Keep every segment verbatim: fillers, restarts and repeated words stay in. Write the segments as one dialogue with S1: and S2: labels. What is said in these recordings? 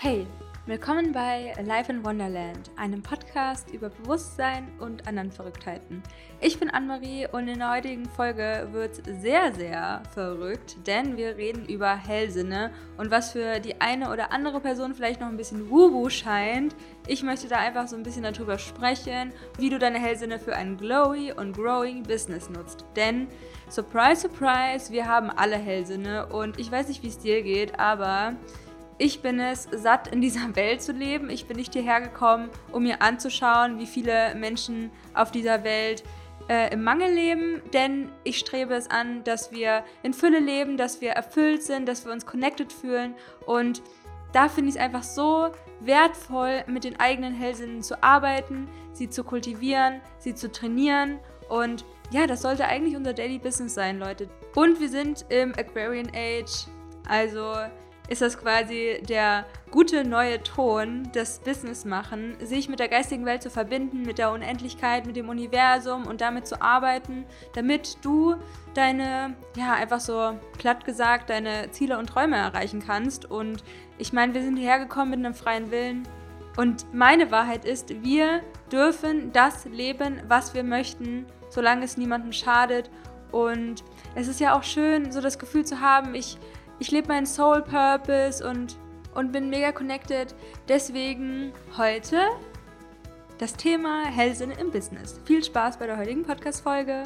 S1: Hey, willkommen bei Life in Wonderland, einem Podcast über Bewusstsein und anderen Verrücktheiten. Ich bin Anne-Marie und in der heutigen Folge wird sehr, sehr verrückt, denn wir reden über Hellsinne und was für die eine oder andere Person vielleicht noch ein bisschen Woo-Woo scheint. Ich möchte da einfach so ein bisschen darüber sprechen, wie du deine Hellsinne für ein glowy und growing Business nutzt. Denn, surprise, surprise, wir haben alle Hellsinne und ich weiß nicht, wie es dir geht, aber ich bin es satt, in dieser Welt zu leben. Ich bin nicht hierher gekommen, um mir anzuschauen, wie viele Menschen auf dieser Welt äh, im Mangel leben, denn ich strebe es an, dass wir in Fülle leben, dass wir erfüllt sind, dass wir uns connected fühlen und da finde ich es einfach so wertvoll, mit den eigenen Hellsinnen zu arbeiten, sie zu kultivieren, sie zu trainieren und ja, das sollte eigentlich unser Daily Business sein, Leute. Und wir sind im Aquarian Age, also ist das quasi der gute neue Ton des Business machen, sich mit der geistigen Welt zu verbinden, mit der Unendlichkeit, mit dem Universum und damit zu arbeiten, damit du deine, ja, einfach so platt gesagt, deine Ziele und Träume erreichen kannst. Und ich meine, wir sind hierher gekommen mit einem freien Willen. Und meine Wahrheit ist, wir dürfen das leben, was wir möchten, solange es niemandem schadet. Und es ist ja auch schön, so das Gefühl zu haben, ich Ich lebe meinen Soul Purpose und, und bin mega connected. Deswegen heute das Thema Hellsinne im Business. Viel Spaß bei der heutigen Podcast-Folge.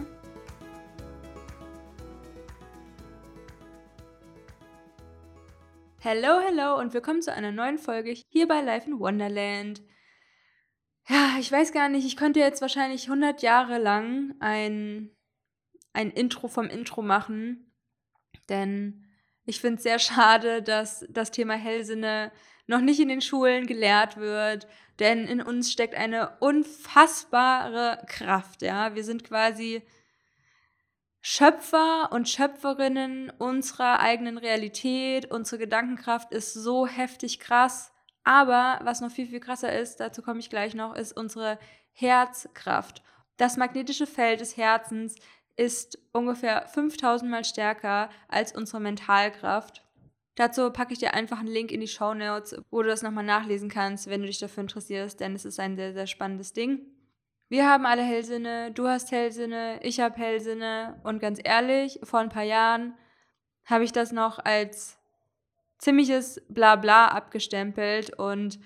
S1: Hello, hello und willkommen zu einer neuen Folge hier bei Life in Wonderland. Ja, ich weiß gar nicht, ich könnte jetzt wahrscheinlich hundert Jahre lang ein, ein Intro vom Intro machen, denn ich finde es sehr schade, dass das Thema Hellsinne noch nicht in den Schulen gelehrt wird, denn in uns steckt eine unfassbare Kraft, ja. Wir sind quasi Schöpfer und Schöpferinnen unserer eigenen Realität. Unsere Gedankenkraft ist so heftig krass, aber was noch viel, viel krasser ist, dazu komme ich gleich noch, ist unsere Herzkraft. Das magnetische Feld des Herzens ist ungefähr fünftausend Mal stärker als unsere Mentalkraft. Dazu packe ich dir einfach einen Link in die Shownotes, wo du das nochmal nachlesen kannst, wenn du dich dafür interessierst, denn es ist ein sehr, sehr spannendes Ding. Wir haben alle Hellsinne, du hast Hellsinne, ich habe Hellsinne und ganz ehrlich, vor ein paar Jahren habe ich das noch als ziemliches Blabla abgestempelt und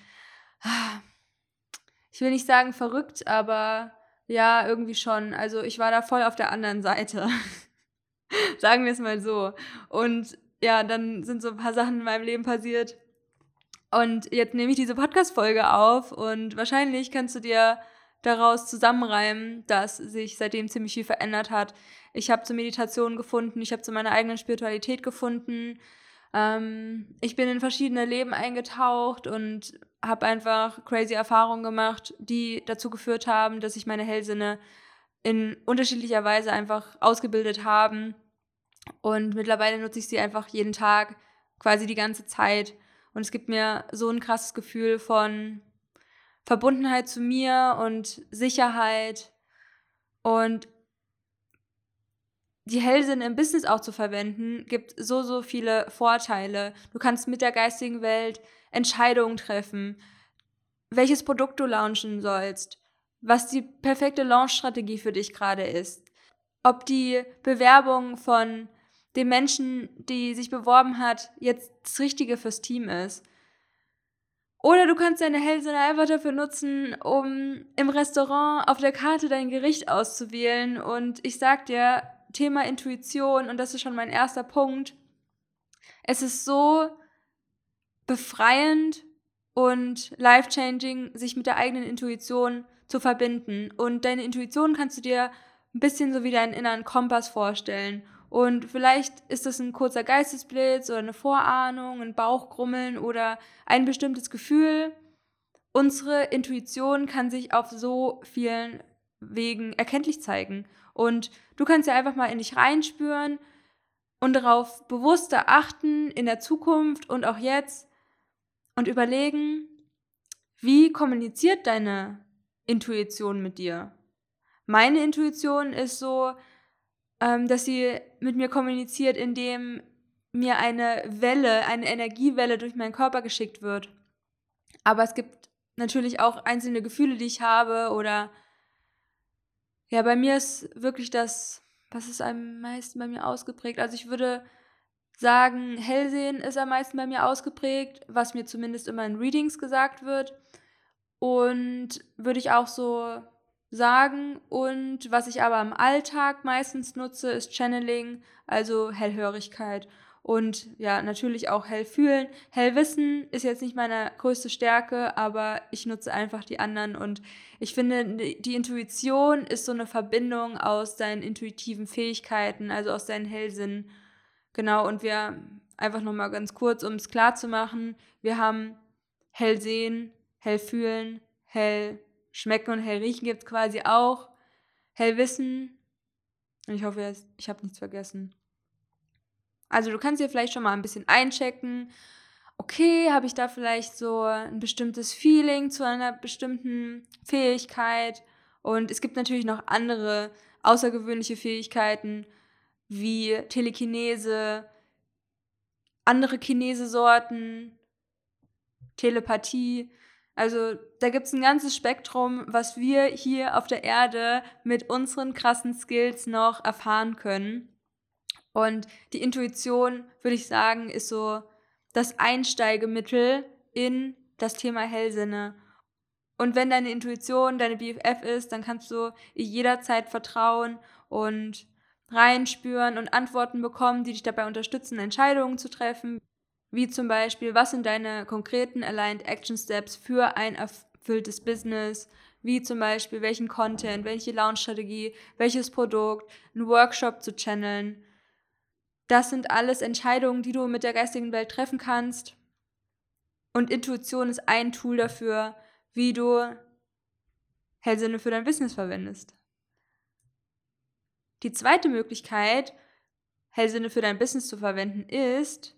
S1: ich will nicht sagen verrückt, aber ja, irgendwie schon. Also ich war da voll auf der anderen Seite. Sagen wir es mal so. Und ja, dann sind so ein paar Sachen in meinem Leben passiert. Und jetzt nehme ich diese Podcast-Folge auf und wahrscheinlich kannst du dir daraus zusammenreimen, dass sich seitdem ziemlich viel verändert hat. Ich habe zur Meditation gefunden, ich habe zu meiner eigenen Spiritualität gefunden. Ähm, ich bin in verschiedene Leben eingetaucht und habe einfach crazy Erfahrungen gemacht, die dazu geführt haben, dass ich meine Hellsinne in unterschiedlicher Weise einfach ausgebildet haben. Und mittlerweile nutze ich sie einfach jeden Tag, quasi die ganze Zeit. Und es gibt mir so ein krasses Gefühl von Verbundenheit zu mir und Sicherheit. Und die Hellsinne im Business auch zu verwenden, gibt so, so viele Vorteile. Du kannst mit der geistigen Welt Entscheidungen treffen, welches Produkt du launchen sollst, was die perfekte Launchstrategie für dich gerade ist, ob die Bewerbung von dem Menschen, die sich beworben hat, jetzt das Richtige fürs Team ist. Oder du kannst deine Hellsinne einfach dafür nutzen, um im Restaurant auf der Karte dein Gericht auszuwählen. Und ich sag dir, Thema Intuition, und das ist schon mein erster Punkt, es ist so befreiend und life-changing, sich mit der eigenen Intuition zu verbinden. Und deine Intuition kannst du dir ein bisschen so wie deinen inneren Kompass vorstellen. Und vielleicht ist das ein kurzer Geistesblitz oder eine Vorahnung, ein Bauchgrummeln oder ein bestimmtes Gefühl. Unsere Intuition kann sich auf so vielen Wegen erkenntlich zeigen. Und du kannst ja einfach mal in dich reinspüren und darauf bewusster achten in der Zukunft und auch jetzt und überlegen, wie kommuniziert deine Intuition mit dir? Meine Intuition ist so, ähm, dass sie mit mir kommuniziert, indem mir eine Welle, eine Energiewelle durch meinen Körper geschickt wird. Aber es gibt natürlich auch einzelne Gefühle, die ich habe oder ja, bei mir ist wirklich das, was ist am meisten bei mir ausgeprägt? Also ich würde sagen, Hellsehen ist am meisten bei mir ausgeprägt, was mir zumindest immer in Readings gesagt wird. Und würde ich auch so sagen. Und was ich aber im Alltag meistens nutze, ist Channeling, also Hellhörigkeit. Und ja, natürlich auch Hellfühlen. Hellwissen ist jetzt nicht meine größte Stärke, aber ich nutze einfach die anderen. Und ich finde, die Intuition ist so eine Verbindung aus deinen intuitiven Fähigkeiten, also aus deinen Hellsinnen. Genau, und wir einfach nochmal ganz kurz, um es klar zu machen, wir haben hell sehen, hell fühlen, hell schmecken und hell riechen gibt es quasi auch, hell wissen und ich hoffe, ich habe nichts vergessen. Also du kannst dir vielleicht schon mal ein bisschen einchecken, okay, habe ich da vielleicht so ein bestimmtes Feeling zu einer bestimmten Fähigkeit und es gibt natürlich noch andere außergewöhnliche Fähigkeiten wie Telekinese, andere Kinesesorten, Telepathie. Also da gibt es ein ganzes Spektrum, was wir hier auf der Erde mit unseren krassen Skills noch erfahren können. Und die Intuition, würde ich sagen, ist so das Einsteigemittel in das Thema Hellsinne. Und wenn deine Intuition deine B F F ist, dann kannst du ihr jederzeit vertrauen und reinspüren und Antworten bekommen, die dich dabei unterstützen, Entscheidungen zu treffen. Wie zum Beispiel, was sind deine konkreten Aligned Action Steps für ein erfülltes Business? Wie zum Beispiel, welchen Content, welche Launch-Strategie, welches Produkt, einen Workshop zu channeln. Das sind alles Entscheidungen, die du mit der geistigen Welt treffen kannst. Und Intuition ist ein Tool dafür, wie du Hellsinne für dein Business verwendest. Die zweite Möglichkeit, Hellsinne für dein Business zu verwenden, ist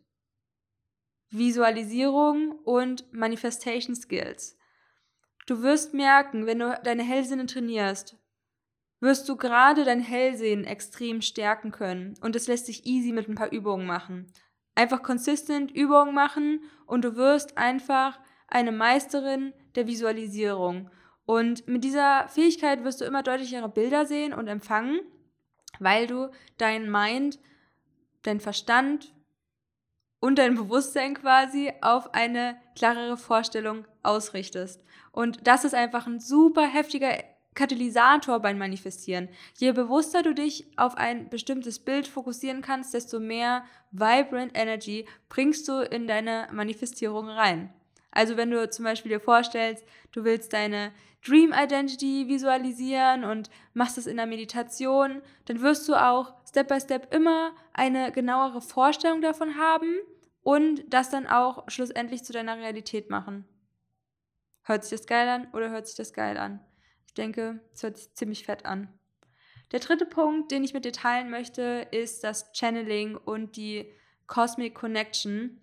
S1: Visualisierung und Manifestation Skills. Du wirst merken, wenn du deine Hellsinne trainierst, wirst du gerade dein Hellsehen extrem stärken können. Und das lässt sich easy mit ein paar Übungen machen. Einfach consistent Übungen machen und du wirst einfach eine Meisterin der Visualisierung. Und mit dieser Fähigkeit wirst du immer deutlichere Bilder sehen und empfangen, weil du dein Mind, dein Verstand und dein Bewusstsein quasi auf eine klarere Vorstellung ausrichtest. Und das ist einfach ein super heftiger Katalysator beim Manifestieren. Je bewusster du dich auf ein bestimmtes Bild fokussieren kannst, desto mehr Vibrant Energy bringst du in deine Manifestierung rein. Also wenn du zum Beispiel dir vorstellst, du willst deine Dream Identity visualisieren und machst es in der Meditation, dann wirst du auch Step by Step immer eine genauere Vorstellung davon haben und das dann auch schlussendlich zu deiner Realität machen. Hört sich das geil an oder hört sich das geil an? Ich denke, es hört sich ziemlich fett an. Der dritte Punkt, den ich mit dir teilen möchte, ist das Channeling und die Cosmic Connection.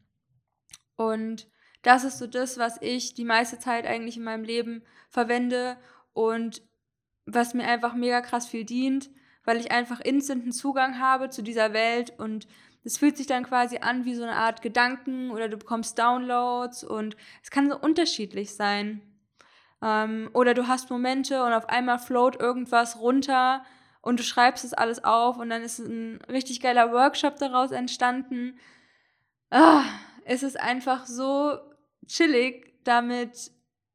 S1: Und das ist so das, was ich die meiste Zeit eigentlich in meinem Leben verwende und was mir einfach mega krass viel dient, weil ich einfach instanten Zugang habe zu dieser Welt und es fühlt sich dann quasi an wie so eine Art Gedanken oder du bekommst Downloads und es kann so unterschiedlich sein. Ähm, oder du hast Momente und auf einmal float irgendwas runter und du schreibst es alles auf und dann ist ein richtig geiler Workshop daraus entstanden. Ah, es ist einfach so chillig, damit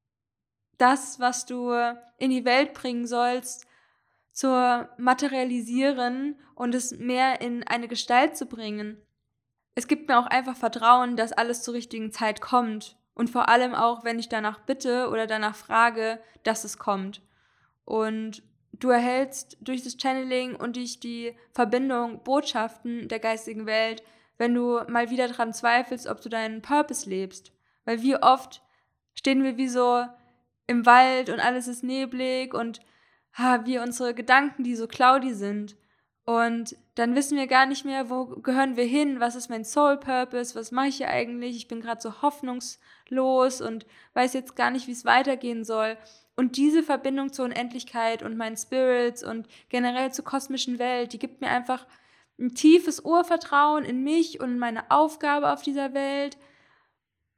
S1: das, was du in die Welt bringen sollst, zu materialisieren und es mehr in eine Gestalt zu bringen. Es gibt mir auch einfach Vertrauen, dass alles zur richtigen Zeit kommt. Und vor allem auch, wenn ich danach bitte oder danach frage, dass es kommt. Und du erhältst durch das Channeling und durch die Verbindung Botschaften der geistigen Welt, wenn du mal wieder daran zweifelst, ob du deinen Purpose lebst. Weil wie oft stehen wir wie so im Wald und alles ist neblig und ha, wie unsere Gedanken, die so cloudy sind. Und dann wissen wir gar nicht mehr, wo gehören wir hin, was ist mein Soul Purpose, was mache ich hier eigentlich, ich bin gerade so hoffnungslos und weiß jetzt gar nicht, wie es weitergehen soll. Und diese Verbindung zur Unendlichkeit und meinen Spirits und generell zur kosmischen Welt, die gibt mir einfach ein tiefes Urvertrauen in mich und in meine Aufgabe auf dieser Welt.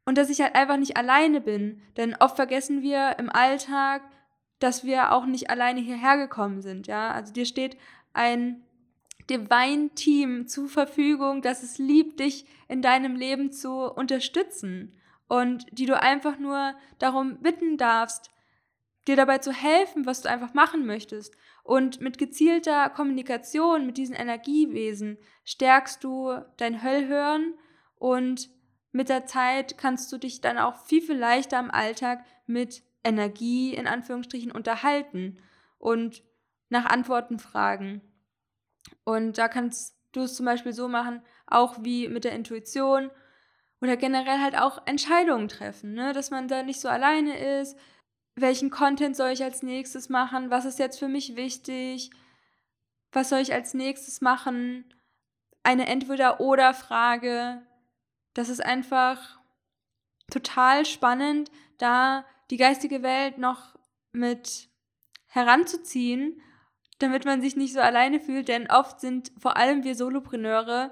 S1: und dass ich halt einfach nicht alleine bin. Denn oft vergessen wir im Alltag, dass wir auch nicht alleine hierher gekommen sind. Ja? Also dir steht ein Divine Team zur Verfügung, das es liebt, dich in deinem Leben zu unterstützen und die du einfach nur darum bitten darfst, dir dabei zu helfen, was du einfach machen möchtest. Und mit gezielter Kommunikation mit diesen Energiewesen stärkst du dein Höllhören und mit der Zeit kannst du dich dann auch viel, viel leichter im Alltag mit Energie in Anführungsstrichen unterhalten und nach Antworten fragen. Und da kannst du es zum Beispiel so machen, auch wie mit der Intuition oder generell halt auch Entscheidungen treffen, ne? Dass man da nicht so alleine ist. Welchen Content soll ich als nächstes machen? Was ist jetzt für mich wichtig? Was soll ich als nächstes machen? Eine Entweder-oder-Frage. Das ist einfach total spannend, da die geistige Welt noch mit heranzuziehen, damit man sich nicht so alleine fühlt, denn oft sind vor allem wir Solopreneure,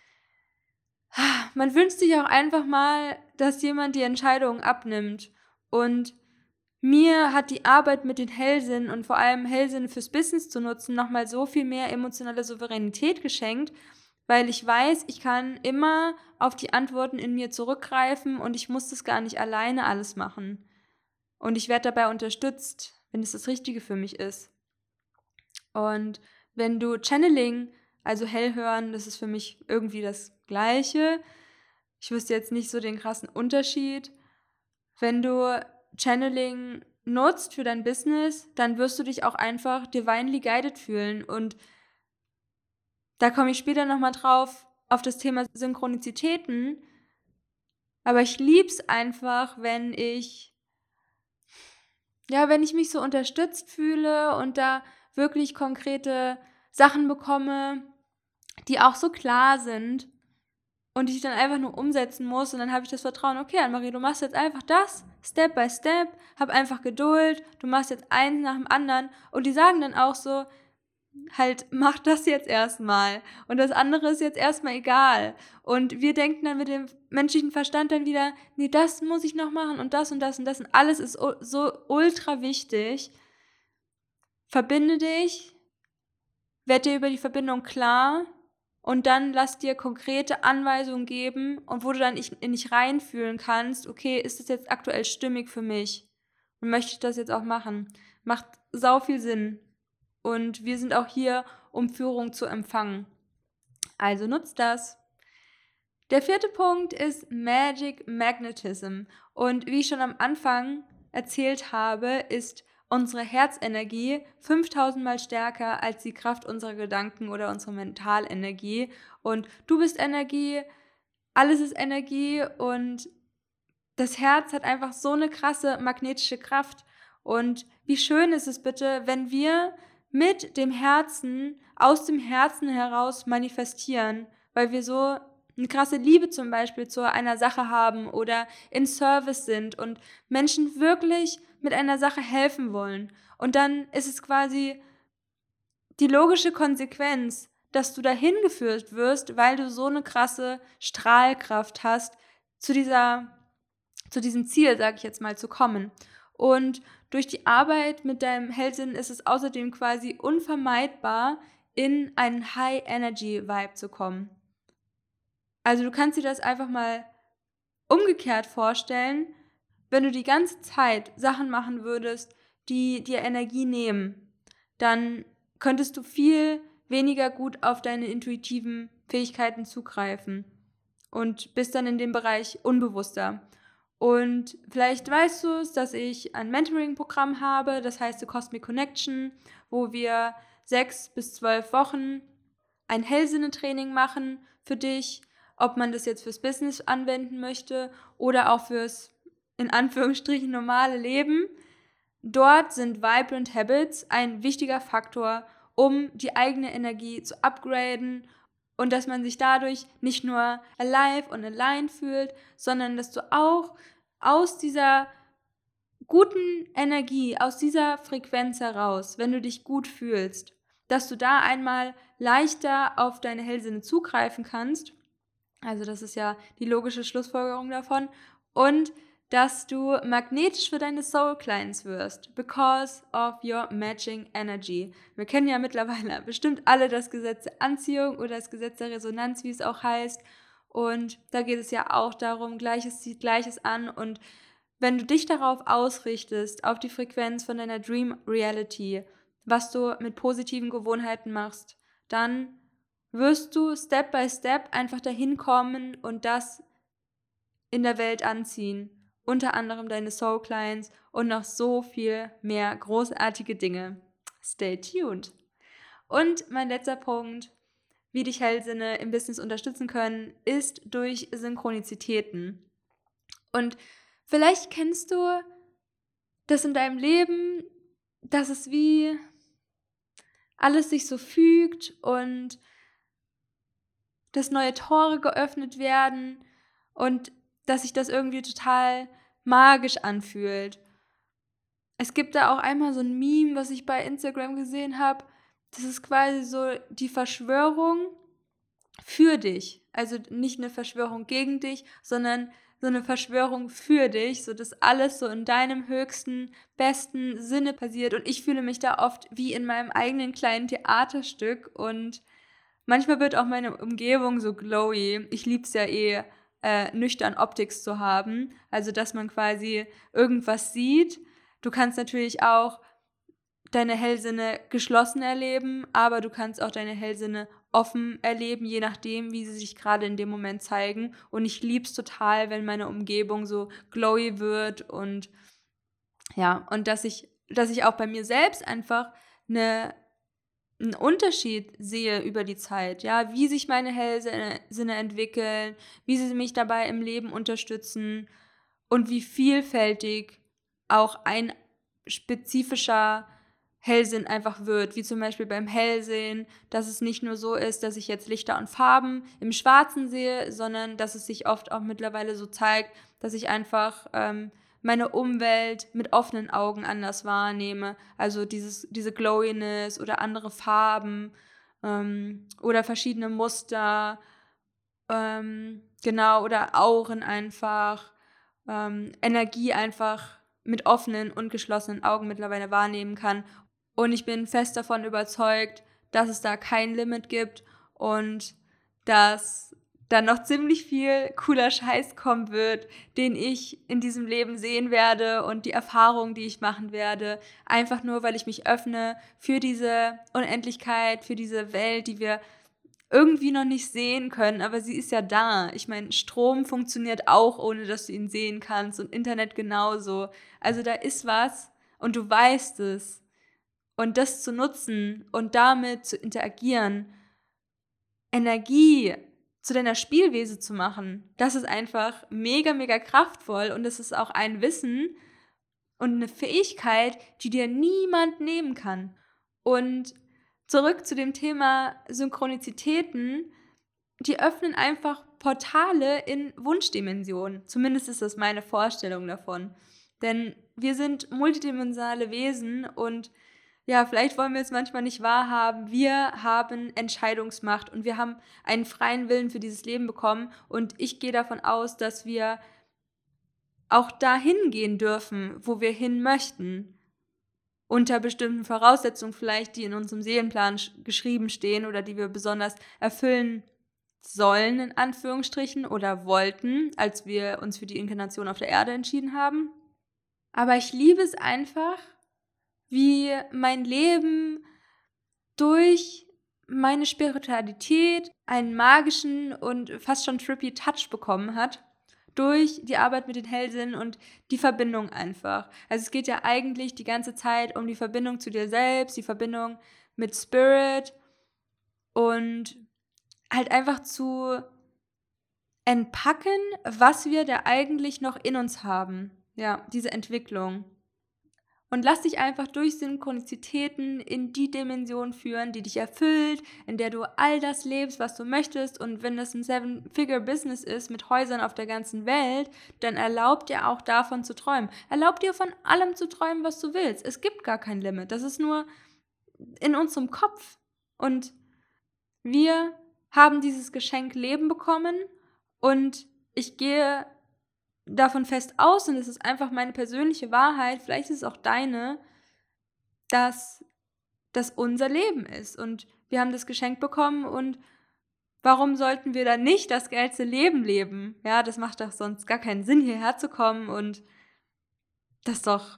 S1: man wünscht sich auch einfach mal, dass jemand die Entscheidung abnimmt. Und mir hat die Arbeit mit den Hellsinnen und vor allem Hellsinne fürs Business zu nutzen nochmal so viel mehr emotionale Souveränität geschenkt, weil ich weiß, ich kann immer auf die Antworten in mir zurückgreifen und ich muss das gar nicht alleine alles machen. Und ich werde dabei unterstützt, wenn es das Richtige für mich ist. Und wenn du Channeling, also Hellhören, das ist für mich irgendwie das Gleiche. Ich wüsste jetzt nicht so den krassen Unterschied. Wenn du Channeling nutzt für dein Business, dann wirst du dich auch einfach divinely guided fühlen. Und da komme ich später nochmal drauf, auf das Thema Synchronizitäten. Aber ich liebe es einfach, wenn ich, ja, wenn ich mich so unterstützt fühle und da wirklich konkrete Sachen bekomme, die auch so klar sind und die ich dann einfach nur umsetzen muss und dann habe ich das Vertrauen, okay, Annemarie, du machst jetzt einfach das, Step by Step, hab einfach Geduld, du machst jetzt eins nach dem anderen und die sagen dann auch so, halt, mach das jetzt erstmal und das andere ist jetzt erstmal egal und wir denken dann mit dem menschlichen Verstand dann wieder, nee, das muss ich noch machen und das und das und das und alles ist so ultra wichtig. Verbinde dich, werd dir über die Verbindung klar und dann lass dir konkrete Anweisungen geben und wo du dann in dich reinfühlen kannst, okay, ist das jetzt aktuell stimmig für mich und möchte ich das jetzt auch machen? Macht sau viel Sinn und wir sind auch hier, um Führung zu empfangen. Also nutzt das. Der vierte Punkt ist Magic Magnetism und wie ich schon am Anfang erzählt habe, ist unsere Herzenergie fünftausend Mal stärker als die Kraft unserer Gedanken oder unsere Mentalenergie. Und du bist Energie, alles ist Energie und das Herz hat einfach so eine krasse magnetische Kraft. Und wie schön ist es bitte, wenn wir mit dem Herzen, aus dem Herzen heraus manifestieren, weil wir so eine krasse Liebe zum Beispiel zu einer Sache haben oder in Service sind und Menschen wirklich mit einer Sache helfen wollen. Und dann ist es quasi die logische Konsequenz, dass du dahin geführt wirst, weil du so eine krasse Strahlkraft hast, zu dieser, zu diesem Ziel, sage ich jetzt mal, zu kommen. Und durch die Arbeit mit deinem Hellsinn ist es außerdem quasi unvermeidbar, in einen High-Energy-Vibe zu kommen. Also du kannst dir das einfach mal umgekehrt vorstellen, wenn du die ganze Zeit Sachen machen würdest, die dir Energie nehmen, dann könntest du viel weniger gut auf deine intuitiven Fähigkeiten zugreifen und bist dann in dem Bereich unbewusster. Und vielleicht weißt du es, dass ich ein Mentoring-Programm habe, das heißt The Cosmic Connection, wo wir sechs bis zwölf Wochen ein Hellsinne-Training machen für dich, ob man das jetzt fürs Business anwenden möchte oder auch fürs, in Anführungsstrichen, normale Leben. Dort sind Vibrant Habits ein wichtiger Faktor, um die eigene Energie zu upgraden und dass man sich dadurch nicht nur alive und aligned fühlt, sondern dass du auch aus dieser guten Energie, aus dieser Frequenz heraus, wenn du dich gut fühlst, dass du da einmal leichter auf deine Hellsinne zugreifen kannst. Also das ist ja die logische Schlussfolgerung davon. und dass du magnetisch für deine Soul Clients wirst, because of your matching energy. Wir kennen ja mittlerweile bestimmt alle das Gesetz der Anziehung oder das Gesetz der Resonanz, wie es auch heißt. Und da geht es ja auch darum, Gleiches zieht Gleiches an. Und wenn du dich darauf ausrichtest, auf die Frequenz von deiner Dream Reality, was du mit positiven Gewohnheiten machst, dann wirst du Step by Step einfach dahin kommen und das in der Welt anziehen. Unter anderem deine Soul Clients und noch so viel mehr großartige Dinge. Stay tuned. Und mein letzter Punkt, wie dich Hellsinne im Business unterstützen können, ist durch Synchronizitäten. Und vielleicht kennst du das in deinem Leben, dass es wie alles sich so fügt und dass neue Tore geöffnet werden und dass sich das irgendwie total magisch anfühlt. Es gibt da auch einmal so ein Meme, was ich bei Instagram gesehen habe. Das ist quasi so die Verschwörung für dich. Also nicht eine Verschwörung gegen dich, sondern so eine Verschwörung für dich, sodass alles so in deinem höchsten, besten Sinne passiert. Und ich fühle mich da oft wie in meinem eigenen kleinen Theaterstück. Und manchmal wird auch meine Umgebung so glowy. Ich liebe es ja eh, äh, nüchtern Optics zu haben. Also, dass man quasi irgendwas sieht. Du kannst natürlich auch deine Hellsinne geschlossen erleben, aber du kannst auch deine Hellsinne offen erleben, je nachdem, wie sie sich gerade in dem Moment zeigen. Und ich liebe es total, wenn meine Umgebung so glowy wird und ja, und dass ich, dass ich auch bei mir selbst einfach eine, einen Unterschied sehe über die Zeit, ja, wie sich meine Hellsinne entwickeln, wie sie mich dabei im Leben unterstützen und wie vielfältig auch ein spezifischer Hellsinn einfach wird, wie zum Beispiel beim Hellsehen, dass es nicht nur so ist, dass ich jetzt Lichter und Farben im Schwarzen sehe, sondern dass es sich oft auch mittlerweile so zeigt, dass ich einfach ähm, meine Umwelt mit offenen Augen anders wahrnehme. Also dieses, diese Glowiness oder andere Farben ähm, oder verschiedene Muster, ähm, genau, oder Auren einfach, ähm, Energie einfach mit offenen und geschlossenen Augen mittlerweile wahrnehmen kann. Und ich bin fest davon überzeugt, dass es da kein Limit gibt und dass dann noch ziemlich viel cooler Scheiß kommen wird, den ich in diesem Leben sehen werde und die Erfahrungen, die ich machen werde, einfach nur, weil ich mich öffne für diese Unendlichkeit, für diese Welt, die wir irgendwie noch nicht sehen können, aber sie ist ja da. Ich meine, Strom funktioniert auch, ohne dass du ihn sehen kannst und Internet genauso. Also da ist was und du weißt es. Und das zu nutzen und damit zu interagieren, Energie zu deiner Spielwiese zu machen, das ist einfach mega, mega kraftvoll und es ist auch ein Wissen und eine Fähigkeit, die dir niemand nehmen kann. Und zurück zu dem Thema Synchronizitäten, die öffnen einfach Portale in Wunschdimensionen. Zumindest ist das meine Vorstellung davon. Denn wir sind multidimensionale Wesen und ja, vielleicht wollen wir es manchmal nicht wahrhaben. Wir haben Entscheidungsmacht und wir haben einen freien Willen für dieses Leben bekommen. Und ich gehe davon aus, dass wir auch dahin gehen dürfen, wo wir hin möchten. Unter bestimmten Voraussetzungen vielleicht, die in unserem Seelenplan sch- geschrieben stehen oder die wir besonders erfüllen sollen, in Anführungsstrichen, oder wollten, als wir uns für die Inkarnation auf der Erde entschieden haben. Aber ich liebe es einfach, wie mein Leben durch meine Spiritualität einen magischen und fast schon trippy Touch bekommen hat, durch die Arbeit mit den Hellsinnen und die Verbindung einfach. Also es geht ja eigentlich die ganze Zeit um die Verbindung zu dir selbst, die Verbindung mit Spirit und halt einfach zu entpacken, was wir da eigentlich noch in uns haben. Ja, diese Entwicklung. Und lass dich einfach durch Synchronizitäten in die Dimension führen, die dich erfüllt, in der du all das lebst, was du möchtest. Und wenn das ein Seven-Figure-Business ist mit Häusern auf der ganzen Welt, dann erlaub dir auch davon zu träumen. Erlaub dir von allem zu träumen, was du willst. Es gibt gar kein Limit. Das ist nur in unserem Kopf. Und wir haben dieses Geschenk Leben bekommen und ich gehe davon fest aus, und es ist einfach meine persönliche Wahrheit, vielleicht ist es auch deine, dass das unser Leben ist und wir haben das geschenkt bekommen, und warum sollten wir dann nicht das geilste Leben leben? Ja, das macht doch sonst gar keinen Sinn, hierher zu kommen, und das ist doch...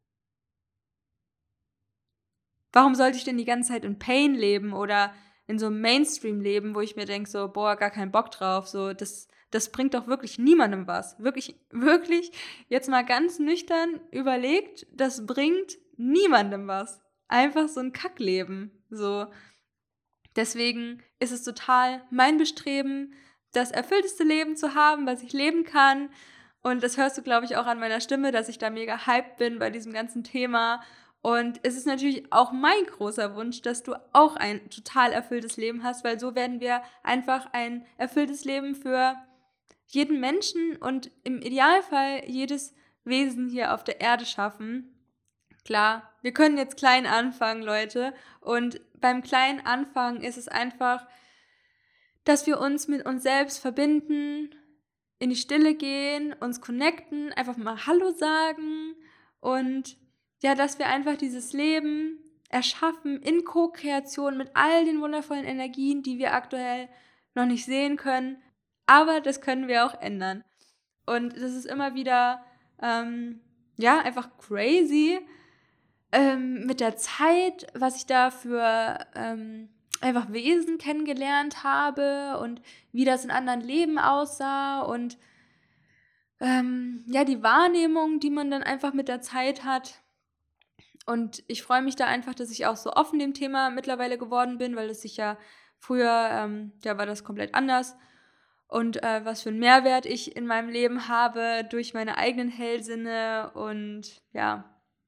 S1: Warum sollte ich denn die ganze Zeit in Pain leben oder in so einem Mainstream leben, wo ich mir denke, so, boah, gar keinen Bock drauf, so, das, das bringt doch wirklich niemandem was. Wirklich, wirklich, jetzt mal ganz nüchtern überlegt, das bringt niemandem was. Einfach so ein Kackleben, so. Deswegen ist es total mein Bestreben, das erfüllteste Leben zu haben, was ich leben kann. Und das hörst du, glaube ich, auch an meiner Stimme, dass ich da mega hyped bin bei diesem ganzen Thema. Und es ist natürlich auch mein großer Wunsch, dass du auch ein total erfülltes Leben hast, weil so werden wir einfach ein erfülltes Leben für jeden Menschen und im Idealfall jedes Wesen hier auf der Erde schaffen. Klar, wir können jetzt klein anfangen, Leute. Und beim kleinen Anfangen ist es einfach, dass wir uns mit uns selbst verbinden, in die Stille gehen, uns connecten, einfach mal Hallo sagen und ja, dass wir einfach dieses Leben erschaffen in Co-Kreation mit all den wundervollen Energien, die wir aktuell noch nicht sehen können. Aber das können wir auch ändern. Und das ist immer wieder, ähm, ja, einfach crazy ähm, mit der Zeit, was ich da für ähm, einfach Wesen kennengelernt habe und wie das in anderen Leben aussah und ähm, ja, die Wahrnehmung, die man dann einfach mit der Zeit hat. Und ich freue mich da einfach, dass ich auch so offen dem Thema mittlerweile geworden bin, weil das sich ja früher, ähm, ja, war das komplett anders. Und äh, was für einen Mehrwert ich in meinem Leben habe durch meine eigenen Hellsinne. Und ja,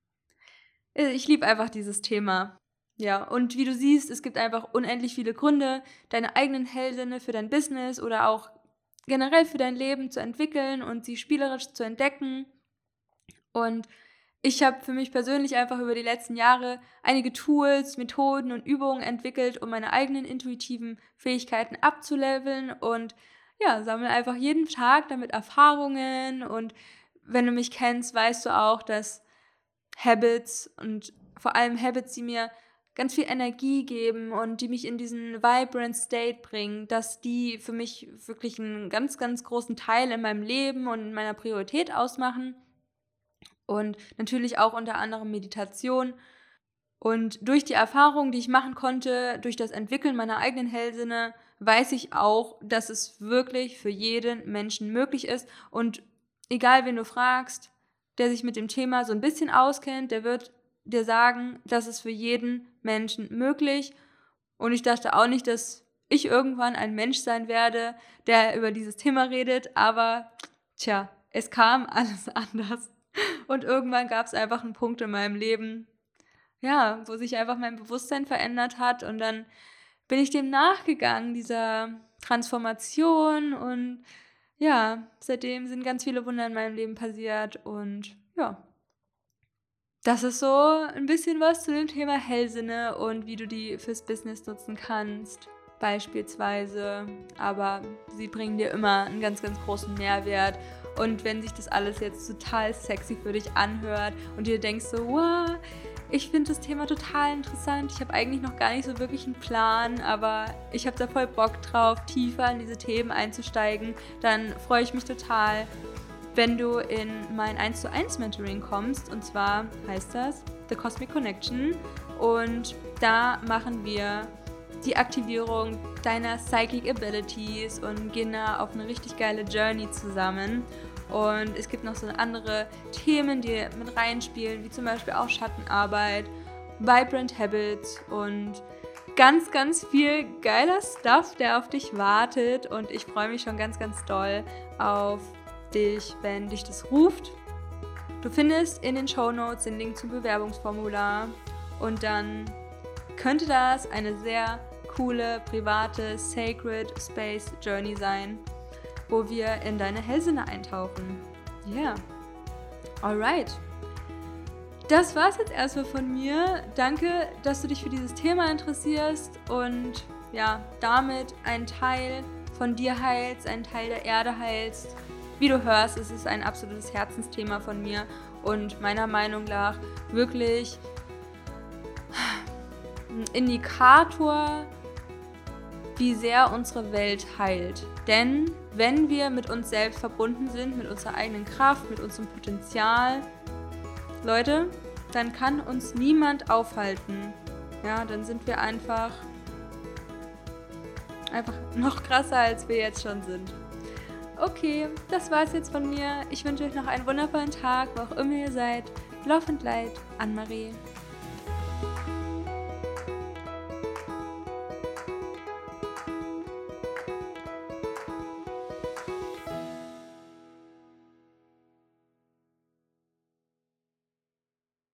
S1: ich liebe einfach dieses Thema. Ja, und wie du siehst, es gibt einfach unendlich viele Gründe, deine eigenen Hellsinne für dein Business oder auch generell für dein Leben zu entwickeln und sie spielerisch zu entdecken. Und ich habe für mich persönlich einfach über die letzten Jahre einige Tools, Methoden und Übungen entwickelt, um meine eigenen intuitiven Fähigkeiten abzuleveln und ja, sammle einfach jeden Tag damit Erfahrungen. Und wenn du mich kennst, weißt du auch, dass Habits und vor allem Habits, die mir ganz viel Energie geben und die mich in diesen vibrant State bringen, dass die für mich wirklich einen ganz, ganz großen Teil in meinem Leben und in meiner Priorität ausmachen. Und natürlich auch unter anderem Meditation. Und durch die Erfahrungen, die ich machen konnte, durch das Entwickeln meiner eigenen Hellsinne, weiß ich auch, dass es wirklich für jeden Menschen möglich ist. Und egal, wen du fragst, der sich mit dem Thema so ein bisschen auskennt, der wird dir sagen, das ist für jeden Menschen möglich. Und ich dachte auch nicht, dass ich irgendwann ein Mensch sein werde, der über dieses Thema redet. Aber tja, es kam alles anders. Und irgendwann gab es einfach einen Punkt in meinem Leben, ja, wo sich einfach mein Bewusstsein verändert hat. Und dann bin ich dem nachgegangen, dieser Transformation. Und ja, seitdem sind ganz viele Wunder in meinem Leben passiert. Und ja, das ist so ein bisschen was zu dem Thema Hellsinne und wie du die fürs Business nutzen kannst, beispielsweise. Aber sie bringen dir immer einen ganz, ganz großen Mehrwert. Und wenn sich das alles jetzt total sexy für dich anhört und dir denkst so, wow, ich finde das Thema total interessant, ich habe eigentlich noch gar nicht so wirklich einen Plan, aber ich habe da voll Bock drauf, tiefer in diese Themen einzusteigen, dann freue ich mich total, wenn du in mein eins zu eins Mentoring kommst. Und zwar heißt das The Cosmic Connection. Und da machen wir die Aktivierung deiner Psychic Abilities und gehen da auf eine richtig geile Journey zusammen. Und es gibt noch so andere Themen, die mit reinspielen, wie zum Beispiel auch Schattenarbeit, Vibrant Habits und ganz, ganz viel geiler Stuff, der auf dich wartet. Und ich freue mich schon ganz, ganz doll auf dich, wenn dich das ruft. Du findest in den Shownotes den Link zum Bewerbungsformular und dann könnte das eine sehr coole, private, sacred Space Journey sein, wo wir in deine Hellsinne eintauchen. Yeah. Alright. Das war's jetzt erstmal von mir. Danke, dass du dich für dieses Thema interessierst und ja, damit einen Teil von dir heilst, einen Teil der Erde heilst. wie du hörst, es ist ein absolutes Herzensthema von mir und meiner Meinung nach wirklich ein Indikator, wie sehr unsere Welt heilt. Denn wenn wir mit uns selbst verbunden sind, mit unserer eigenen Kraft, mit unserem Potenzial, Leute, dann kann uns niemand aufhalten. Ja, dann sind wir einfach, einfach noch krasser, als wir jetzt schon sind. Okay, das war's jetzt von mir. Ich wünsche euch noch einen wundervollen Tag, wo auch immer ihr seid. Love and Light, Anne-Marie.